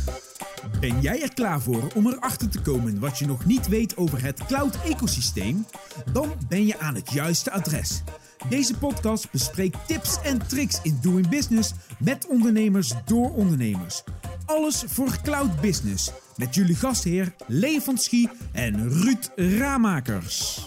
Ben jij er klaar voor om erachter te komen wat je nog niet weet over het cloud-ecosysteem? Dan ben je aan het juiste adres. Deze podcast bespreekt tips en tricks in doing business met ondernemers door ondernemers. Alles voor cloud business met jullie gastheer Lee van Schie en Ruud Ramakers.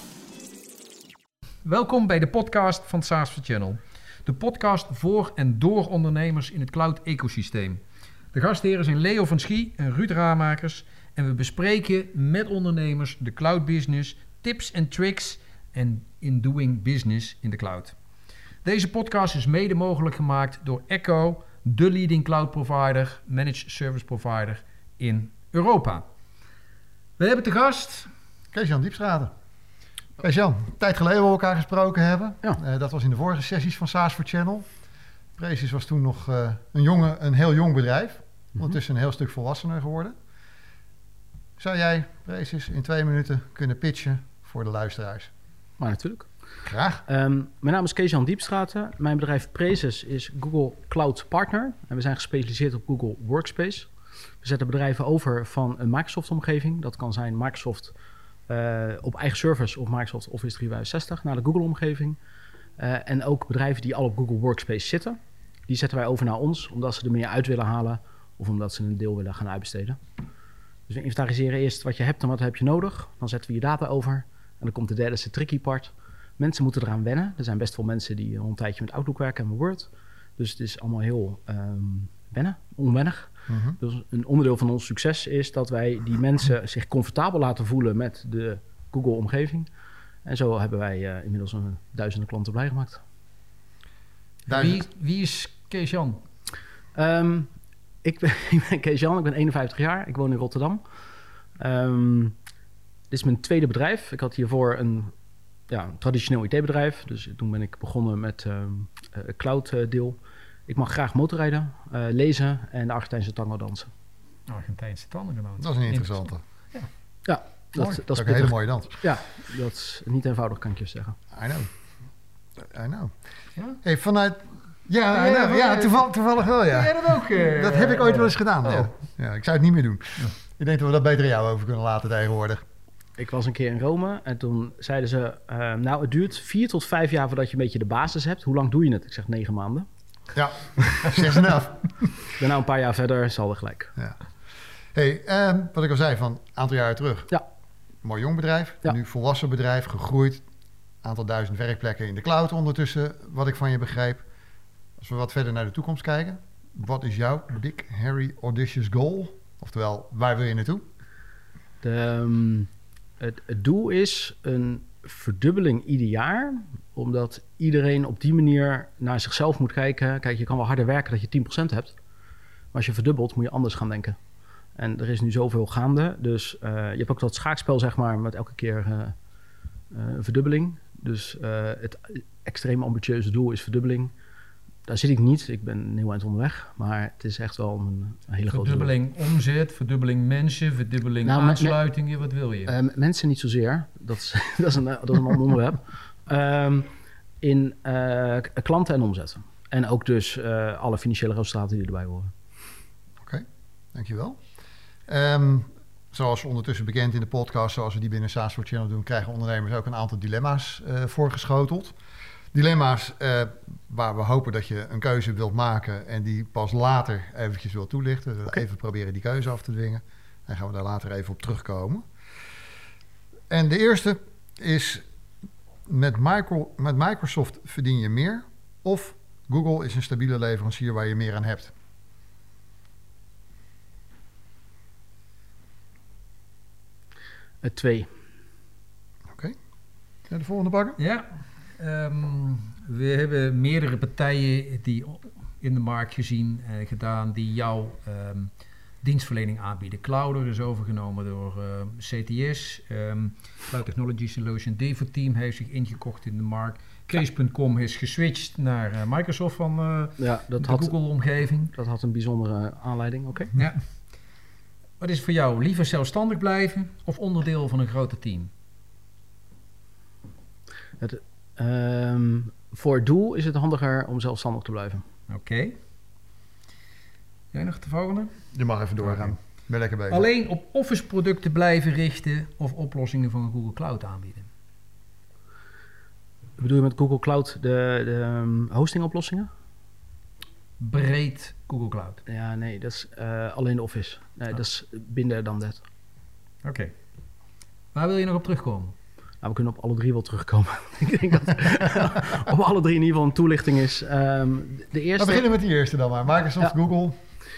Welkom bij de podcast van SaaS Channel. De podcast voor en door ondernemers in het cloud-ecosysteem. De gastheren zijn Leo van Schie en Ruud Ramakers en we bespreken met ondernemers de cloud business, tips en tricks en in doing business in de cloud. Deze podcast is mede mogelijk gemaakt door Echo, de leading cloud provider, managed service provider in Europa. We hebben te gast Kees-Jan Diepstraten. Kees-Jan, een tijd geleden we elkaar gesproken hebben. Ja. Dat was in de vorige sessies van SaaS Channel. Prezis was toen nog een heel jong bedrijf. Ondertussen een heel stuk volwassener geworden. Zou jij, Prezis, in 2 minuten kunnen pitchen voor de luisteraars? Maar natuurlijk. Graag. Mijn naam is Kees-Jan Diepstraten. Mijn bedrijf Prezis is Google Cloud Partner. En we zijn gespecialiseerd op Google Workspace. We zetten bedrijven over van een Microsoft-omgeving. Dat kan zijn Microsoft op eigen servers of Microsoft Office 365 naar de Google-omgeving. En ook bedrijven die al op Google Workspace zitten. Die zetten wij over naar ons, omdat ze er meer uit willen halen of omdat ze een deel willen gaan uitbesteden. Dus we inventariseren eerst wat je hebt en wat heb je nodig. Dan zetten we je data over. En dan komt de derde, is de tricky part. Mensen moeten eraan wennen. Er zijn best wel mensen die al een tijdje met Outlook werken en met Word. Dus het is allemaal heel onwennig. Dus een onderdeel van ons succes is dat wij die mensen zich comfortabel laten voelen met de Google-omgeving. En zo hebben wij inmiddels duizenden klanten blij gemaakt. Wie is Kees-Jan? Ik ben Kees-Jan, ik ben 51 jaar, ik woon in Rotterdam. Dit is mijn tweede bedrijf. Ik had hiervoor een traditioneel IT-bedrijf. Dus toen ben ik begonnen met een cloud-deel. Ik mag graag motorrijden, lezen en de Argentijnse tango dansen. Argentijnse tango dansen. Dat is een interessante. Ja, dat is een hele mooie dans. Ja, dat is niet eenvoudig, kan ik je zeggen. I know. Ja? Hey, vanuit... Ja, toevallig wel, ja. Jij dat ook? Dat heb ik ooit wel eens gedaan. Oh. Ja, ik zou het niet meer doen. Ja. Ik denk dat we dat beter aan jou over kunnen laten tegenwoordig. Ik was een keer in Rome en toen zeiden ze... het duurt 4 tot 5 jaar voordat je een beetje de basis hebt. Hoe lang doe je het? Ik zeg 9 maanden. Ja, 6 af. Ik ben nou een paar jaar verder, zal er gelijk. Ja. Hey, wat ik al zei, van een aantal jaren terug. Ja. Mooi jong bedrijf, Ja. nu volwassen bedrijf, gegroeid. Aantal duizend werkplekken in de cloud ondertussen, wat ik van je begrijp. Als we wat verder naar de toekomst kijken. Wat is jouw big, hairy, audacious goal? Oftewel, waar wil je naartoe? Het doel is een verdubbeling ieder jaar. Omdat iedereen op die manier naar zichzelf moet kijken. Kijk, je kan wel harder werken dat je 10% hebt. Maar als je verdubbelt, moet je anders gaan denken. En er is nu zoveel gaande. Dus je hebt ook dat schaakspel, zeg maar, met elke keer een verdubbeling. Dus het extreem ambitieuze doel is verdubbeling. Daar zit ik niet. Ik ben een heel eind onderweg. Maar het is echt wel een hele grote doel. Verdubbeling omzet, verdubbeling mensen, verdubbeling aansluitingen. Wat wil je? Mensen niet zozeer. Dat is een ander onderwerp. In klanten en omzetten. En ook dus alle financiële resultaten die erbij horen. Oké, dankjewel. Zoals ondertussen bekend in de podcast, zoals we die binnen SaaS Channel doen, krijgen ondernemers ook een aantal dilemma's voorgeschoteld. Dilemma's waar we hopen dat je een keuze wilt maken en die pas later eventjes wilt toelichten. We willen even proberen die keuze af te dwingen. En gaan we daar later even op terugkomen. En de eerste is, met Microsoft verdien je meer of Google is een stabiele leverancier waar je meer aan hebt? Twee. Oké. De volgende pakken? Ja. We hebben meerdere partijen die in de markt gezien gedaan die jouw dienstverlening aanbieden. Clouder is overgenomen door CTS. Cloud Technology Solution. Devoteam heeft zich ingekocht in de markt. Case.com is geswitcht naar Microsoft van de Google-omgeving. Dat had een bijzondere aanleiding, oké. Ja. Wat is voor jou? Liever zelfstandig blijven of onderdeel van een groter team? Voor het doel is het handiger om zelfstandig te blijven. Oké. Jij nog de volgende? Je mag even doorgaan. Oké. Ben lekker bezig. Alleen op Office producten blijven richten of oplossingen van Google Cloud aanbieden. Bedoel je met Google Cloud de hostingoplossingen? Breed Google Cloud. Ja, nee, dat is alleen de Office. Nee, dat is binder dan dat. Oké. Waar wil je nog op terugkomen? Nou, we kunnen op alle drie wel terugkomen. Ik denk dat op alle drie in ieder geval een toelichting is. De eerste... We beginnen met die eerste dan maar. Microsoft, Google.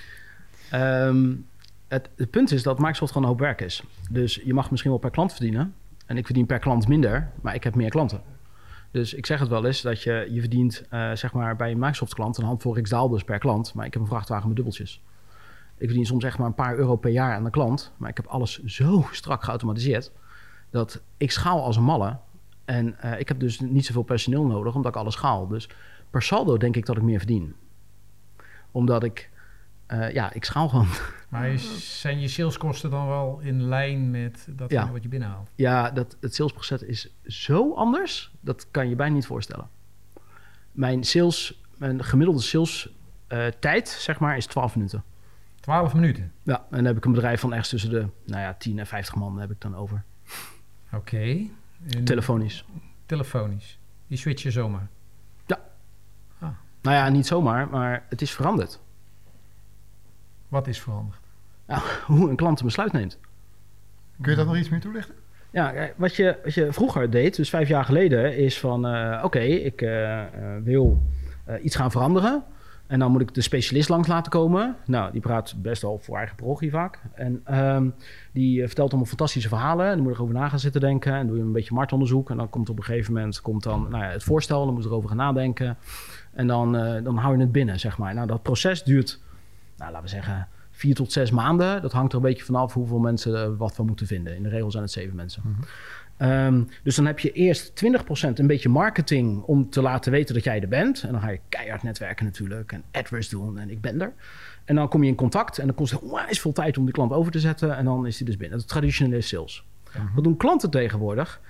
Het punt is dat Microsoft gewoon een hoop werk is. Dus je mag misschien wel per klant verdienen. En ik verdien per klant minder, maar ik heb meer klanten. Dus ik zeg het wel eens, dat je verdient zeg maar bij een Microsoft klant een handvol x-daal dus per klant. Maar ik heb een vrachtwagen met dubbeltjes. Ik verdien soms echt maar een paar euro per jaar aan de klant. Maar ik heb alles zo strak geautomatiseerd dat ik schaal als een malle. En ik heb dus niet zoveel personeel nodig, omdat ik alles schaal. Dus per saldo denk ik dat ik meer verdien. Omdat ik schaal gewoon. Maar zijn je saleskosten dan wel in lijn met datgene wat je binnenhaalt? Ja, het salesproces is zo anders, dat kan je bijna niet voorstellen. Mijn gemiddelde sales tijd, zeg maar, is 12 minuten. 12 minuten? Ja, en dan heb ik een bedrijf van echt tussen de 10 en 50 man heb ik dan over. Oké. Telefonisch. Telefonisch. Die switch je zomaar? Ja. Ah. Nou ja, niet zomaar, maar het is veranderd. Wat is veranderd? Nou, hoe een klant een besluit neemt. Kun je dat nog iets meer toelichten? Ja, wat je vroeger deed, dus 5 jaar geleden, is van ik wil iets gaan veranderen. En dan moet ik de specialist langs laten komen. Nou, die praat best wel voor eigen parochie vaak. En die vertelt allemaal fantastische verhalen. En dan moet je erover na gaan zitten denken. En doe je een beetje marktonderzoek. En dan komt op een gegeven moment het voorstel. Dan moet je erover gaan nadenken. En dan hou je het binnen, zeg maar. Nou, dat proces duurt, laten we zeggen, 4 tot 6 maanden. Dat hangt er een beetje vanaf hoeveel mensen wat van moeten vinden. In de regel zijn het 7 mensen. Dus dan heb je eerst 20% een beetje marketing om te laten weten dat jij er bent. En dan ga je keihard netwerken natuurlijk en AdWords doen en ik ben er. En dan kom je in contact en dan kost het onwijs veel tijd om die klant over te zetten. En dan is die dus binnen. Dat is traditionele sales. Wat doen klanten tegenwoordig?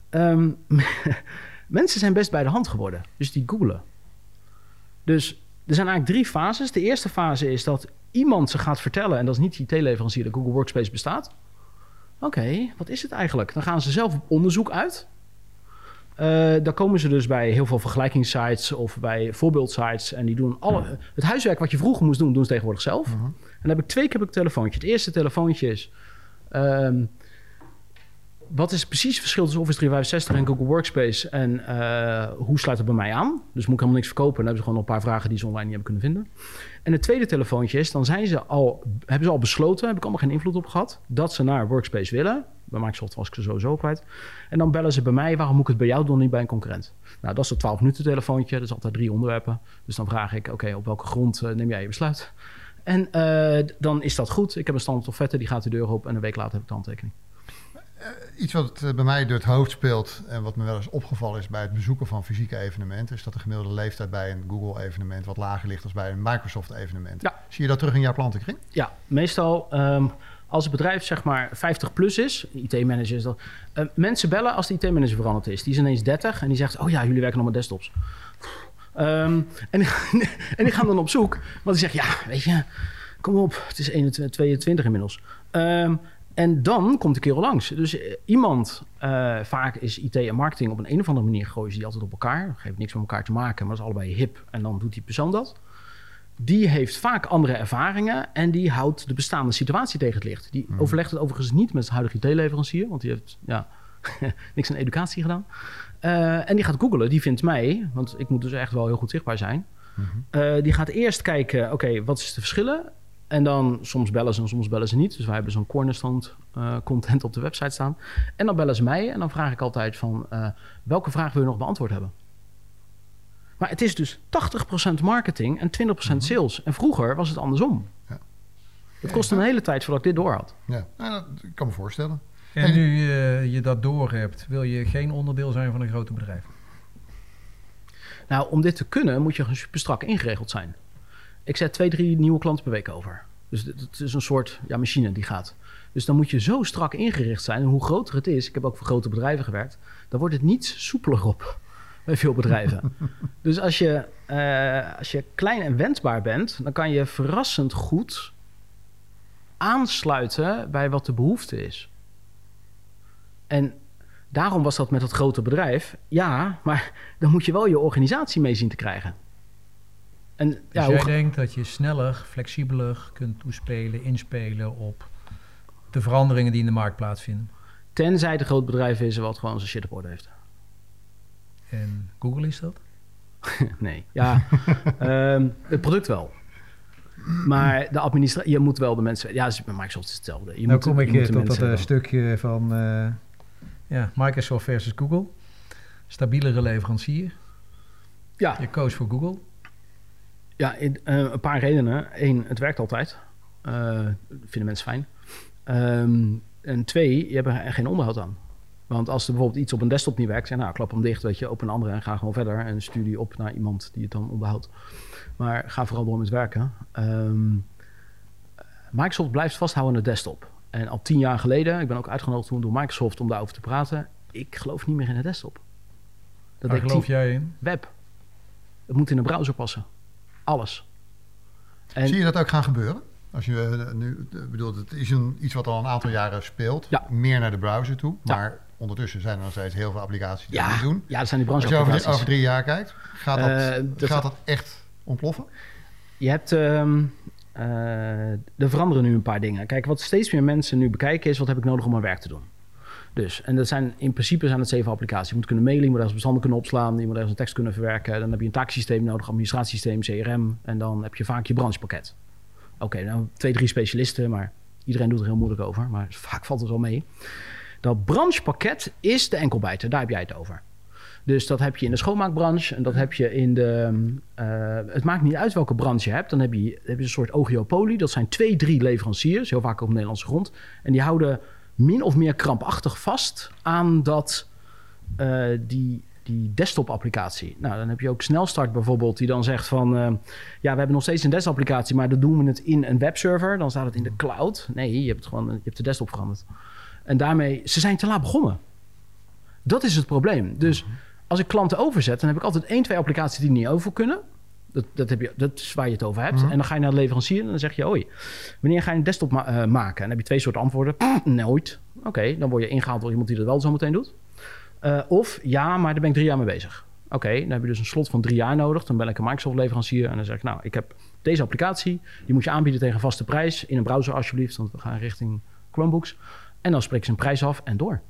Mensen zijn best bij de hand geworden. Dus die googlen. Dus er zijn eigenlijk 3 fases. De eerste fase is dat iemand ze gaat vertellen, en dat is niet die IT-leverancier, dat Google Workspace bestaat. Oké, wat is het eigenlijk? Dan gaan ze zelf op onderzoek uit. Dan komen ze dus bij heel veel vergelijkingssites of bij voorbeeldsites. En die doen het huiswerk wat je vroeger moest doen, doen ze tegenwoordig zelf. En dan heb ik 2 keer een telefoontje. Het eerste telefoontje is, wat is precies het verschil tussen Office 365 en Google Workspace? En hoe sluit het bij mij aan? Dus moet ik helemaal niks verkopen. Dan hebben ze gewoon nog een paar vragen die ze online niet hebben kunnen vinden. En het tweede telefoontje is, dan hebben ze al besloten, heb ik allemaal geen invloed op gehad, dat ze naar Workspace willen. Bij Microsoft was ik ze sowieso kwijt. En dan bellen ze bij mij, waarom moet ik het bij jou doen, niet bij een concurrent? Nou, dat is het 12 minuten telefoontje. Dat is altijd 3 onderwerpen. Dus dan vraag ik, oké, op welke grond neem jij je besluit? En dan is dat goed. Ik heb een standaard offerte, die gaat de deur op en een week later heb ik de handtekening. Iets wat bij mij door het hoofd speelt en wat me wel eens opgevallen is bij het bezoeken van fysieke evenementen, is dat de gemiddelde leeftijd bij een Google-evenement wat lager ligt dan bij een Microsoft-evenement. Ja. Zie je dat terug in jouw klantenkring? Ja, meestal als het bedrijf zeg maar 50 plus is, IT-manager is dat, mensen bellen als de IT-manager veranderd is. Die is ineens 30 en die zegt, oh ja, jullie werken nog met desktops. En die gaan dan op zoek, want die zegt, ja, weet je, kom op, het is 22 inmiddels. En dan komt de kerel langs. Dus iemand, vaak is IT en marketing op een of andere manier gooien ze die altijd op elkaar. Geeft niks met elkaar te maken, maar dat is allebei hip. En dan doet die persoon dat. Die heeft vaak andere ervaringen en die houdt de bestaande situatie tegen het licht. Die overlegt het overigens niet met zijn huidige IT-leverancier, want die heeft niks aan educatie gedaan. En die gaat googlen, die vindt mij, want ik moet dus echt wel heel goed zichtbaar zijn. Die gaat eerst kijken, oké, wat is de verschillen? En dan soms bellen ze en soms bellen ze niet. Dus wij hebben zo'n cornerstone content op de website staan. En dan bellen ze mij en dan vraag ik altijd van, welke vraag wil je nog beantwoord hebben? Maar het is dus 80% marketing en 20% sales. En vroeger was het andersom. Ja. Het kostte een hele tijd voordat ik dit door had. Ja, dat kan me voorstellen. En nu je dat door hebt, wil je geen onderdeel zijn van een grote bedrijf? Nou, om dit te kunnen moet je gewoon super strak ingeregeld zijn. Ik zet 2-3 nieuwe klanten per week over. Dus het is een soort machine die gaat. Dus dan moet je zo strak ingericht zijn. En hoe groter het is, ik heb ook voor grote bedrijven gewerkt, dan wordt het niet soepeler op. bij veel bedrijven. Dus als je klein en wendbaar bent, dan kan je verrassend goed aansluiten bij wat de behoefte is. En daarom was dat met het grote bedrijf. Ja, maar dan moet je wel je organisatie mee zien te krijgen. En, Dus ja, jij denkt dat je sneller, flexibeler kunt toespelen, inspelen op de veranderingen die in de markt plaatsvinden. Tenzij het een groot bedrijf is wat gewoon zijn shit op orde heeft. En Google is dat? Nee, ja, het product wel. Maar de administratie, je moet wel de mensen... Ja, bij Microsoft is hetzelfde. Je Nou moet, kom je ik moet de tot mensen dat wel. stukje van Microsoft versus Google. Stabielere leverancier. Ja, Je koos voor Google. ja een paar redenen. Eén, het werkt altijd. Vinden mensen fijn. En twee, je hebt er geen onderhoud aan. Want als er bijvoorbeeld iets op een desktop niet werkt... zeg nou, klap hem dicht, weet je, open een andere en ga gewoon verder. En stuur die op naar iemand die het dan onderhoudt. Maar ga vooral door met werken. Microsoft blijft vasthouden aan de desktop. En al 10 jaar geleden, ik ben ook uitgenodigd toen door Microsoft om daarover te praten. Ik geloof niet meer in de desktop. Dat Waar deed geloof jij in? web. Het moet in een browser passen. Alles. En Zie je dat ook gaan gebeuren? Als je nu bedoelt, het is iets wat al een aantal jaren speelt. Ja. Meer naar de browser toe. Ja. Maar ondertussen zijn er nog steeds heel veel applicaties die dat ja, niet doen. ja, dat zijn die Als je brancheapplicaties. over 3 jaar kijkt, gaat dat echt ontploffen? Je hebt... er veranderen nu een paar dingen. Kijk, wat steeds meer mensen nu bekijken is... wat heb ik nodig om mijn werk te doen? Dus, en dat zijn in principe zijn het 7 applicaties. Je moet kunnen mailen, je moet ergens bestanden kunnen opslaan... je moet ergens een tekst kunnen verwerken. Dan heb je een taaksysteem nodig, administratiesysteem, CRM... en dan heb je vaak je branchepakket. Oké, nou 2, 3 specialisten, maar iedereen doet er heel moeilijk over. Maar vaak valt het wel mee. Dat branchepakket is de enkelbijter, daar heb jij het over. Dus dat heb je in de schoonmaakbranche en dat heb je in de... het maakt niet uit welke branche je hebt. Dan heb je een soort oligopolie. Dat zijn 2, 3 leveranciers, heel vaak op Nederlandse grond. En die houden min of meer krampachtig vast aan dat, die desktop-applicatie. Nou, dan heb je ook Snelstart bijvoorbeeld, die dan zegt van... ja, we hebben nog steeds een desktop-applicatie, maar dan doen we het in een webserver. Dan staat het in de cloud. Nee, je hebt de desktop veranderd. En daarmee, ze zijn te laat begonnen. Dat is het probleem. Dus als ik klanten overzet, dan heb ik altijd 1, 2 applicaties die niet over kunnen. Dat is waar je het over hebt. Mm-hmm. En dan ga je naar de leverancier en dan zeg je... Oei, wanneer ga je een desktop maken? En dan heb je 2 soorten antwoorden. Nooit. Oké, dan word je ingehaald door iemand die dat wel zo meteen doet. Of ja, maar daar ben ik 3 jaar mee bezig. Oké, dan heb je dus een slot van 3 jaar nodig. Dan ben ik een Microsoft leverancier en dan zeg ik... nou, ik heb deze applicatie. Die moet je aanbieden tegen een vaste prijs. In een browser alsjeblieft, want we gaan richting Chromebooks. En dan spreek je een prijs af en door.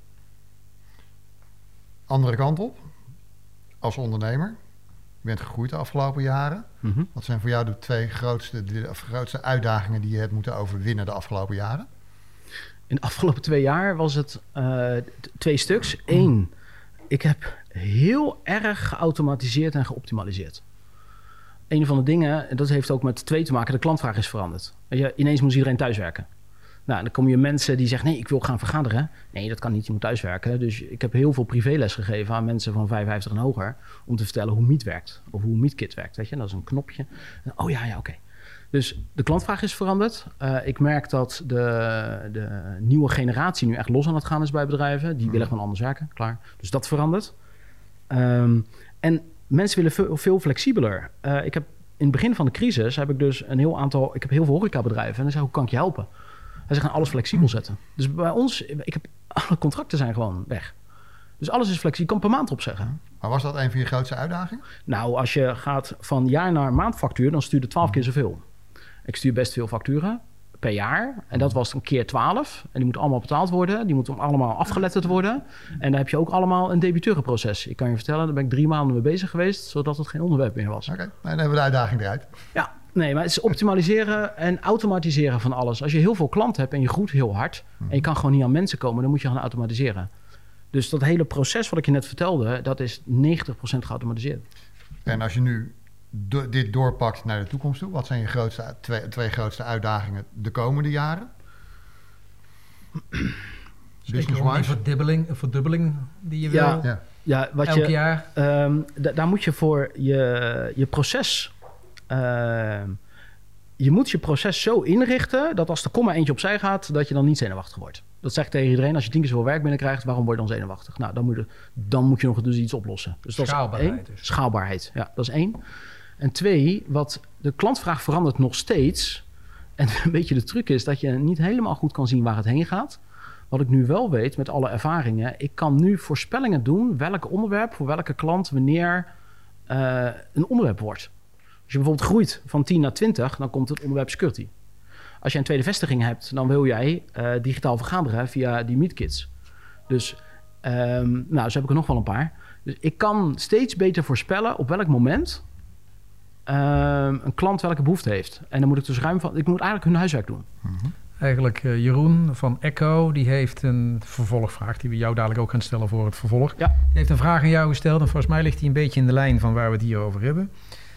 Andere kant op, als ondernemer, je bent gegroeid de afgelopen jaren. Mm-hmm. Wat zijn voor jou de 2 grootste uitdagingen die je hebt moeten overwinnen de afgelopen jaren? In de afgelopen 2 jaar was het 2 stuks. 1, ik heb heel erg geautomatiseerd en geoptimaliseerd. Een van de dingen, en dat heeft ook met 2 te maken, de klantvraag is veranderd. Weet je, ineens moet iedereen thuiswerken. Nou, dan kom je mensen die zeggen, nee, ik wil gaan vergaderen. Nee, dat kan niet, je moet thuiswerken. Dus ik heb heel veel privéles gegeven aan mensen van 55 en hoger... om te vertellen hoe Meet werkt, of hoe Meetkit werkt. Weet je, dat is een knopje. Oh ja, oké. Dus de klantvraag is veranderd. Ik merk dat de nieuwe generatie nu echt los aan het gaan is bij bedrijven. Die willen gewoon anders werken, klaar. Dus dat verandert. En mensen willen veel flexibeler. Ik heb in het begin van de crisis heb ik dus ik heb heel veel horecabedrijven. En dan zei hoe kan ik je helpen? Hij zegt, alles flexibel zetten. Dus bij ons, alle contracten zijn gewoon weg. Dus alles is flexibel. Je kan per maand opzeggen. Maar was dat een van je grootste uitdagingen? Nou, als je gaat van jaar naar maandfactuur, dan stuur je 12 keer zoveel. Ik stuur best veel facturen per jaar. En dat was een keer 12. En die moeten allemaal betaald worden. Die moeten allemaal afgeletterd worden. En dan heb je ook allemaal een debiteurenproces. Ik kan je vertellen, daar ben ik 3 maanden mee bezig geweest, zodat het geen onderwerp meer was. Oké, dan hebben we de uitdaging eruit. Ja, nee, maar het is optimaliseren en automatiseren van alles. Als je heel veel klanten hebt en je groeit heel hard... en je kan gewoon niet aan mensen komen, dan moet je gaan automatiseren. Dus dat hele proces wat ik je net vertelde, dat is 90% geautomatiseerd. En als je nu dit doorpakt naar de toekomst toe, wat zijn je twee grootste uitdagingen de komende jaren? Business-wise? Verdubbeling die je wil. Ja. Ja, wat Elk jaar. Daar moet je voor je proces... je moet je proces zo inrichten dat als de komma eentje opzij gaat, dat je dan niet zenuwachtig wordt. Dat zeg ik tegen iedereen. Als je 10 keer zoveel werk binnenkrijgt, waarom word je dan zenuwachtig? Nou, dan moet je nog dus iets oplossen. Dus dat Schaalbaarheid is 1. dus. Schaalbaarheid, ja, dat is 1. En 2, wat de klantvraag verandert nog steeds. En een beetje de truc is dat je niet helemaal goed kan zien waar het heen gaat. Wat ik nu wel weet met alle ervaringen, ik kan nu voorspellingen doen welk onderwerp voor welke klant wanneer een onderwerp wordt. Als je bijvoorbeeld groeit van 10 naar 20, dan komt het onderwerp security. Als je een tweede vestiging hebt, dan wil jij digitaal vergaderen via die meetkits. Dus zo heb ik er nog wel een paar. Dus ik kan steeds beter voorspellen op welk moment een klant welke behoefte heeft. En dan moet ik dus ik moet eigenlijk hun huiswerk doen. Eigenlijk Jeroen van Echo, die heeft een vervolgvraag die we jou dadelijk ook gaan stellen voor het vervolg. Ja. Die heeft een vraag aan jou gesteld en volgens mij ligt die een beetje in de lijn van waar we het hier over hebben.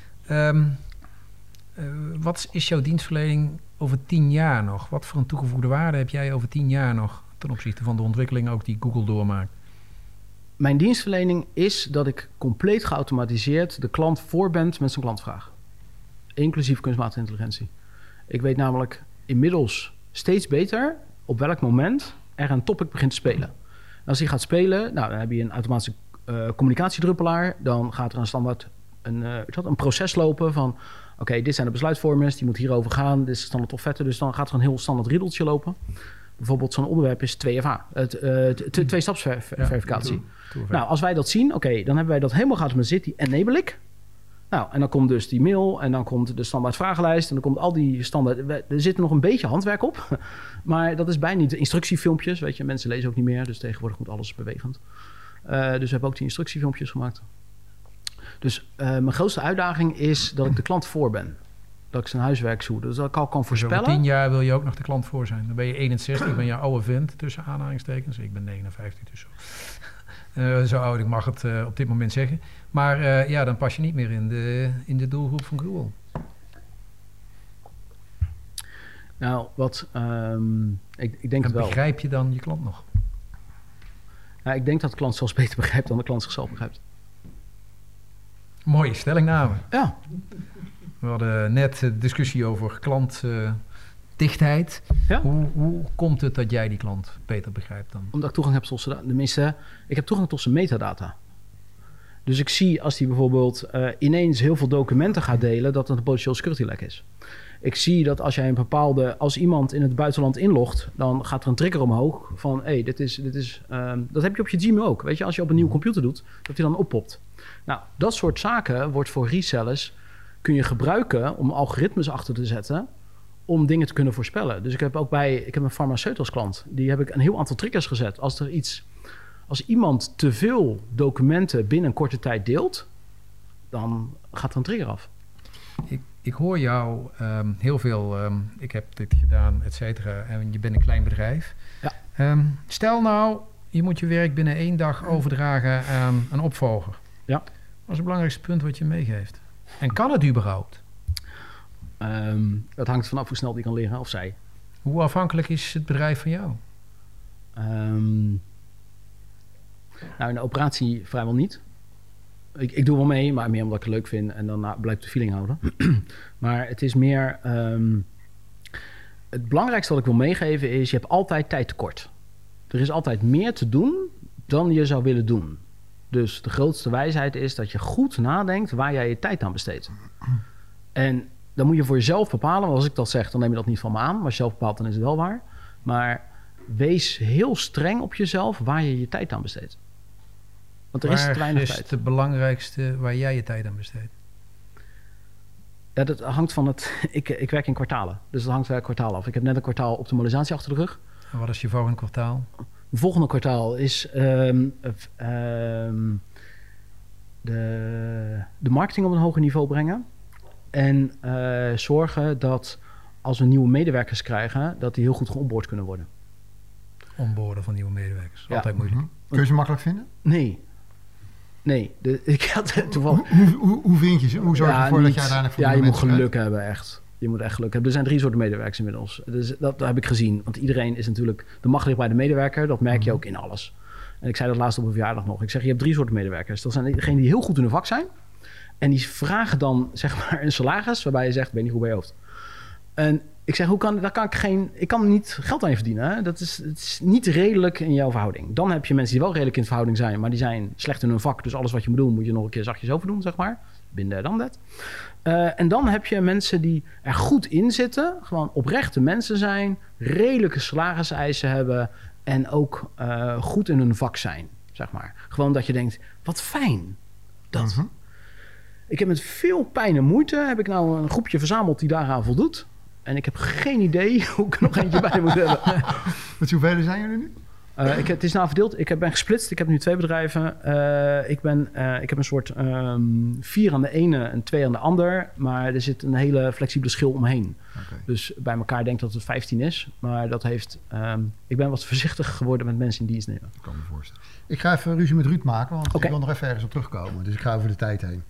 Wat is jouw dienstverlening over 10 jaar nog? Wat voor een toegevoegde waarde heb jij over 10 jaar nog ten opzichte van de ontwikkeling ook die Google doormaakt? Mijn dienstverlening is dat ik compleet geautomatiseerd de klant voorbend met zijn klantvraag. Inclusief kunstmatige intelligentie. Ik weet namelijk inmiddels steeds beter op welk moment er een topic begint te spelen. En als die gaat spelen, dan heb je een automatische communicatiedruppelaar. Dan gaat er een standaard een proces lopen van oké, dit zijn de besluitvormers, die moet hierover gaan. Dit is de standaard offerte, dus dan gaat er een heel standaard riedeltje lopen. Bijvoorbeeld zo'n onderwerp is 2FA, twee-stapsverificatie. Nou, als wij dat zien, oké, dan hebben wij dat helemaal geautomatiseerd, die enable ik. Nou, en dan komt dus die mail en dan komt de standaard vragenlijst en dan komt al die standaard. Er zit nog een beetje handwerk op, maar dat is bijna niet. De instructiefilmpjes, weet je, mensen lezen ook niet meer, dus tegenwoordig moet alles bewegend. Dus we hebben ook die instructiefilmpjes gemaakt. Dus mijn grootste uitdaging is dat ik de klant voor ben. Dat ik zijn huiswerk zoek. Dus dat ik al kan voorspellen. Dus over 10 jaar wil je ook nog de klant voor zijn. Dan ben je 61, ik ben je oude vent tussen aanhalingstekens. Ik ben 59 dus zo. Zo oud, ik mag het op dit moment zeggen. Maar dan pas je niet meer in de doelgroep van Google. Nou, ik denk en het wel. Begrijp je dan je klant nog? Nou, ik denk dat de klant zelfs beter begrijpt dan de klant zichzelf begrijpt. Mooie stellingname. Ja. We hadden net discussie over klantdichtheid. Ja. Hoe komt het dat jij die klant beter begrijpt dan? Omdat ik toegang heb tot ik heb toegang tot zijn metadata. Dus ik zie als hij bijvoorbeeld ineens heel veel documenten gaat delen, dat het een potentieel security lek is. Ik zie dat als iemand in het buitenland inlogt, dan gaat er een trigger omhoog van dit is dat heb je op je Gmail ook. Weet je, als je op een nieuwe computer doet, dat die dan oppopt. Nou, dat soort zaken wordt voor resellers kun je gebruiken om algoritmes achter te zetten om dingen te kunnen voorspellen. Dus ik heb een farmaceut als klant. Die heb ik een heel aantal triggers gezet. Als iemand te veel documenten binnen een korte tijd deelt, dan gaat er een trigger af. Ik hoor jou heel veel, ik heb dit gedaan, et cetera, en je bent een klein bedrijf. Ja. Stel nou, je moet je werk binnen 1 dag overdragen aan een opvolger. Ja. Wat is het belangrijkste punt wat je meegeeft? En kan het überhaupt? Dat hangt vanaf hoe snel die kan leren, of zij. Hoe afhankelijk is het bedrijf van jou? Nou, in de operatie vrijwel niet. Ik doe wel mee, maar meer omdat ik het leuk vind en dan blijf ik de feeling houden. Maar het is meer... het belangrijkste wat ik wil meegeven is, je hebt altijd tijd tekort. Er is altijd meer te doen dan je zou willen doen. Dus de grootste wijsheid is dat je goed nadenkt waar jij je tijd aan besteedt. En dan moet je voor jezelf bepalen. Want als ik dat zeg, dan neem je dat niet van me aan. Maar als je zelf bepaalt, dan is het wel waar. Maar wees heel streng op jezelf waar je je tijd aan besteedt. Want er is te weinig tijd. Waar is het belangrijkste waar jij je tijd aan besteedt? Ja, dat hangt van het... Ik werk in kwartalen. Dus dat hangt per kwartaal af. Ik heb net een kwartaal optimalisatie achter de rug. En wat is je volgende kwartaal? Het volgende kwartaal is de marketing op een hoger niveau brengen. En zorgen dat als we nieuwe medewerkers krijgen, dat die heel goed geonboard kunnen worden. Onboarden van nieuwe medewerkers. Ja. Altijd moeilijk. Kun je ze makkelijk vinden? Nee. Ik had toevallig... Hoe vind je ze? Hoe zorg je ervoor dat je uiteindelijk voor je moet mensen geluk hebben, echt. Je moet echt geluk hebben. Er zijn 3 soorten medewerkers inmiddels. Dus dat heb ik gezien. Want iedereen is natuurlijk... De macht ligt bij de medewerker. Dat merk je ook in alles. En ik zei dat laatst op een verjaardag nog. Ik zeg, je hebt 3 soorten medewerkers. Dat zijn degenen die heel goed in hun vak zijn. En die vragen dan, zeg maar, een salaris waarbij je zegt, ben je niet goed bij je hoofd. En ik zeg, ik kan niet geld aan je verdienen. Hè? Het is niet redelijk in jouw verhouding. Dan heb je mensen die wel redelijk in verhouding zijn, maar die zijn slecht in hun vak. Dus alles wat je moet doen, moet je nog een keer zachtjes over doen, zeg maar. Binnen dan dat. En dan heb je mensen die er goed in zitten. Gewoon oprechte mensen zijn. Redelijke salariseisen hebben. En ook goed in hun vak zijn, zeg maar. Gewoon dat je denkt, wat fijn. Dat. Ik heb met veel pijn en moeite... heb ik nou een groepje verzameld die daaraan voldoet. En ik heb geen idee hoe ik er nog eentje bij moet hebben. Met hoeveel zijn jullie nu? Het is nou verdeeld. Ik ben gesplitst. Ik heb nu 2 bedrijven. Ik heb een soort 4 aan de ene en 2 aan de ander. Maar er zit een hele flexibele schil omheen. Okay. Dus bij elkaar denk ik dat het 15 is. Maar dat heeft... ik ben wat voorzichtig geworden met mensen in dienst nemen. Ik kan me voorstellen. Ik ga even ruzie met Ruud maken, want ik wil nog even ergens op terugkomen. Dus ik ga over de tijd heen.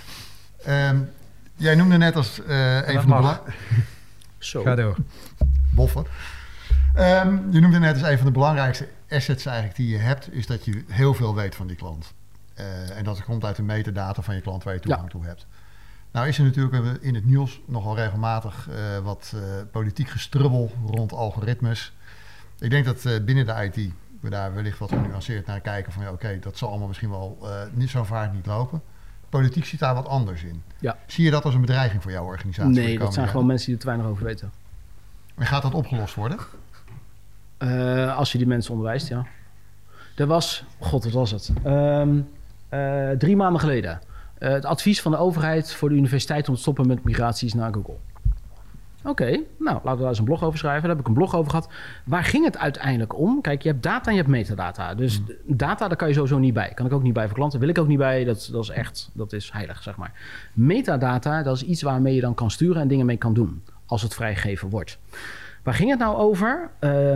Jij noemde net als een van de Zo. Ga door. Boffen. Je noemde net als een van de belangrijkste assets eigenlijk die je hebt, is dat je heel veel weet van die klant. En dat komt uit de metadata van je klant waar je toegang toe hebt. Nou is er natuurlijk in het nieuws nogal regelmatig wat politiek gestrubbel rond algoritmes. Ik denk dat binnen de IT we daar wellicht wat genuanceerd naar kijken van oké, dat zal allemaal misschien wel niet zo vaart niet lopen. Politiek zit daar wat anders in. Ja. Zie je dat als een bedreiging voor jouw organisatie? Nee, dat zijn gewoon mensen die er te weinig over weten. En gaat dat opgelost worden? Als je die mensen onderwijst, ja. Er was... God, wat was het? 3 maanden geleden. Het advies van de overheid voor de universiteit om te stoppen met migraties naar Google. Oké, nou, laten we daar eens een blog over schrijven. Daar heb ik een blog over gehad. Waar ging het uiteindelijk om? Kijk, je hebt data en je hebt metadata. Dus data, daar kan je sowieso niet bij. Kan ik ook niet bij voor klanten. Wil ik ook niet bij. Dat is heilig, zeg maar. Metadata, dat is iets waarmee je dan kan sturen en dingen mee kan doen. Als het vrijgegeven wordt. Waar ging het nou over?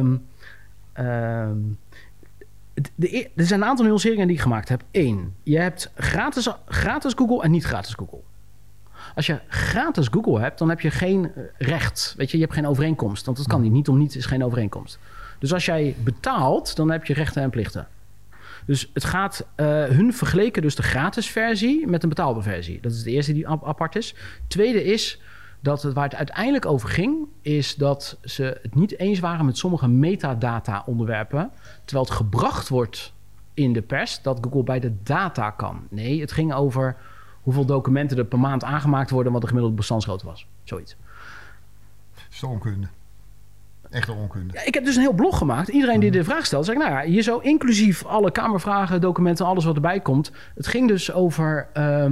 Er zijn een aantal nuanceringen die ik gemaakt heb. 1. Je hebt gratis Google en niet gratis Google. Als je gratis Google hebt, dan heb je geen recht. Weet je hebt geen overeenkomst. Want dat kan niet. Niet om niets is geen overeenkomst. Dus als jij betaalt, dan heb je rechten en plichten. Dus het gaat... hun vergeleken dus de gratis versie met een betaalde versie. Dat is de eerste die apart is. Tweede is... waar het uiteindelijk over ging, is dat ze het niet eens waren met sommige metadata-onderwerpen, terwijl het gebracht wordt in de pers dat Google bij de data kan. Nee, het ging over hoeveel documenten er per maand aangemaakt worden, wat de gemiddelde bestandsgrootte was. Zoiets. Dat is de onkunde. Echte onkunde. Ja, ik heb dus een heel blog gemaakt. Iedereen die de vraag stelt, zeg ik, nou ja, hier zo inclusief alle kamervragen, documenten, alles wat erbij komt. Het ging dus over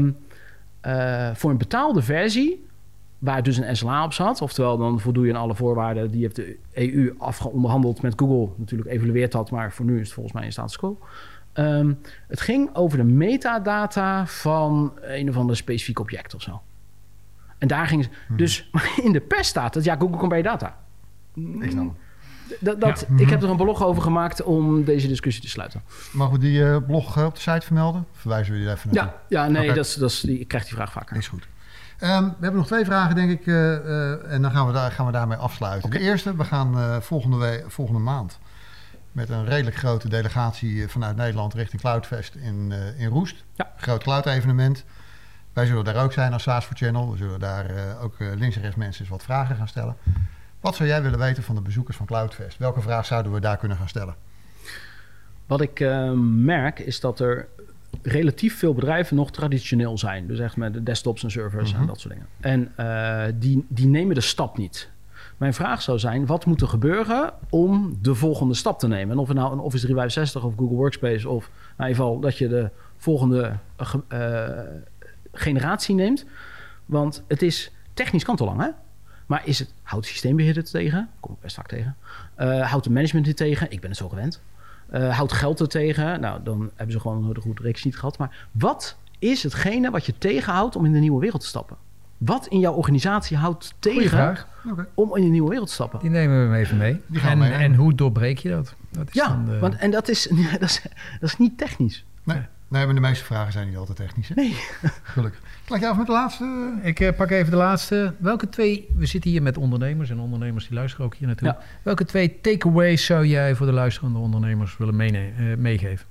voor een betaalde versie, waar dus een SLA op zat. Oftewel, dan voldoe je aan alle voorwaarden. Die heeft de EU onderhandeld met Google. Natuurlijk evalueert dat, maar voor nu is het volgens mij in status quo. Het ging over de metadata van een of ander specifiek object of zo. En daar ging dus in de pers staat het, ja, Google kan bij je data. Ik snap het. Ik heb er een blog over gemaakt om deze discussie te sluiten. Mogen we die blog op de site vermelden? Verwijzen we die even naartoe? Ja, nee, okay. Ik krijg die vraag vaker. Is goed. We hebben nog 2 vragen, denk ik. En dan gaan we daarmee afsluiten. Okay. De eerste, we gaan volgende maand met een redelijk grote delegatie vanuit Nederland richting Cloudfest in Roest. Ja. Groot cloud-evenement. Wij zullen daar ook zijn als SaaS for Channel. We zullen daar ook links en rechts mensen eens wat vragen gaan stellen. Wat zou jij willen weten van de bezoekers van Cloudfest? Welke vraag zouden we daar kunnen gaan stellen? Wat ik merk is dat er relatief veel bedrijven nog traditioneel zijn. Dus echt met de desktops en servers en dat soort dingen. En die nemen de stap niet. Mijn vraag zou zijn, wat moet er gebeuren om de volgende stap te nemen? En of het nou een Office 365 of Google Workspace of in ieder geval dat je de volgende generatie neemt. Want het is technisch kan het al lang, hè? Maar houdt het systeembeheerder tegen? Kom ik best vaak tegen. Houdt het management er tegen? Ik ben het zo gewend. Houdt geld er tegen? Nou, dan hebben ze gewoon een goede reeks niet gehad. Maar wat is hetgene wat je tegenhoudt om in de nieuwe wereld te stappen? Wat in jouw organisatie houdt tegen om in de nieuwe wereld te stappen? Die nemen we even mee. En hoe doorbreek je dat? Dat is niet technisch. Nee, maar de meeste vragen zijn niet altijd technisch. Hè? Nee. Gelukkig. Laat jij af met de laatste. Ik pak even de laatste. Welke 2... We zitten hier met ondernemers en ondernemers die luisteren ook hier naartoe. Ja. Welke 2 takeaways zou jij voor de luisterende ondernemers willen meegeven?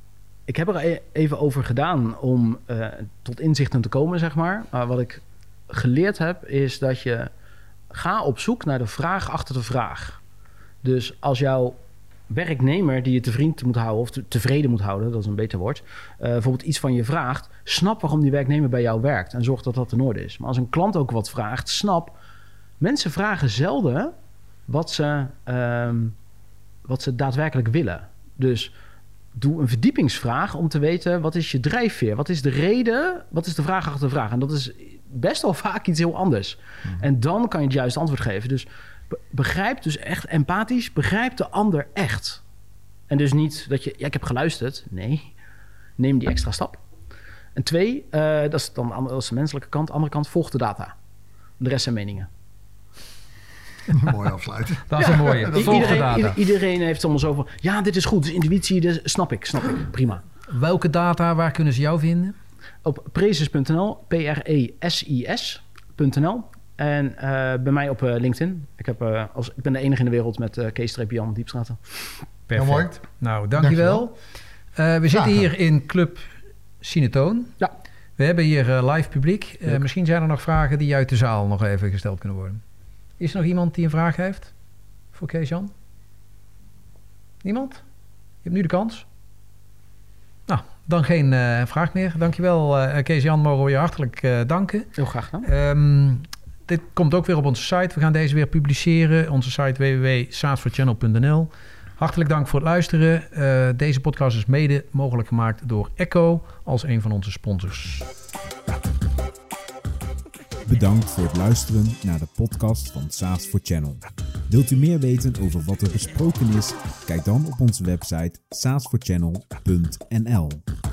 Ik heb er even over gedaan om tot inzichten te komen, zeg maar. Maar wat ik geleerd heb, is dat je ga op zoek naar de vraag achter de vraag. Dus als jouw werknemer die je tevreden moet houden, of tevreden moet houden, dat is een beter woord, bijvoorbeeld iets van je vraagt, snap waarom die werknemer bij jou werkt en zorg dat dat in orde is. Maar als een klant ook wat vraagt, snap, mensen vragen zelden wat ze daadwerkelijk willen. Dus doe een verdiepingsvraag om te weten, wat is je drijfveer? Wat is de reden? Wat is de vraag achter de vraag? En dat is best wel vaak iets heel anders. En dan kan je het juiste antwoord geven. Dus begrijp dus echt empathisch, begrijp de ander echt. En dus niet dat je, ik heb geluisterd. Nee, neem die extra stap. En 2, dat is dan dat is de menselijke kant. De andere kant, volg de data. De rest zijn meningen. Mooi afsluiten. Dat is een mooie. Volg de data. Iedereen heeft soms over, ja, dit is goed, dus intuïtie, dus snap ik, prima. Welke data, waar kunnen ze jou vinden? Op presis.nl, presis.nl. En bij mij op LinkedIn. Ik ben de enige in de wereld met Kees-Jan Diepstraten. Perfect. Heel mooi. Nou, dankjewel. We zitten hier in Club Cinetoon. Ja. We hebben hier live publiek. Misschien zijn er nog vragen die uit de zaal nog even gesteld kunnen worden. Is er nog iemand die een vraag heeft voor Kees-Jan? Niemand? Je hebt nu de kans. Nou, dan geen vraag meer. Dankjewel Kees-Jan, mogen we je hartelijk danken. Heel graag gedaan. Dit komt ook weer op onze site. We gaan deze weer publiceren. Onze site www.saasforchannel.nl. Hartelijk dank voor het luisteren. Deze podcast is mede mogelijk gemaakt door Echo als een van onze sponsors. Bedankt voor het luisteren naar de podcast van SaaS for Channel. Wilt u meer weten over wat er besproken is? Kijk dan op onze website saasforchannel.nl.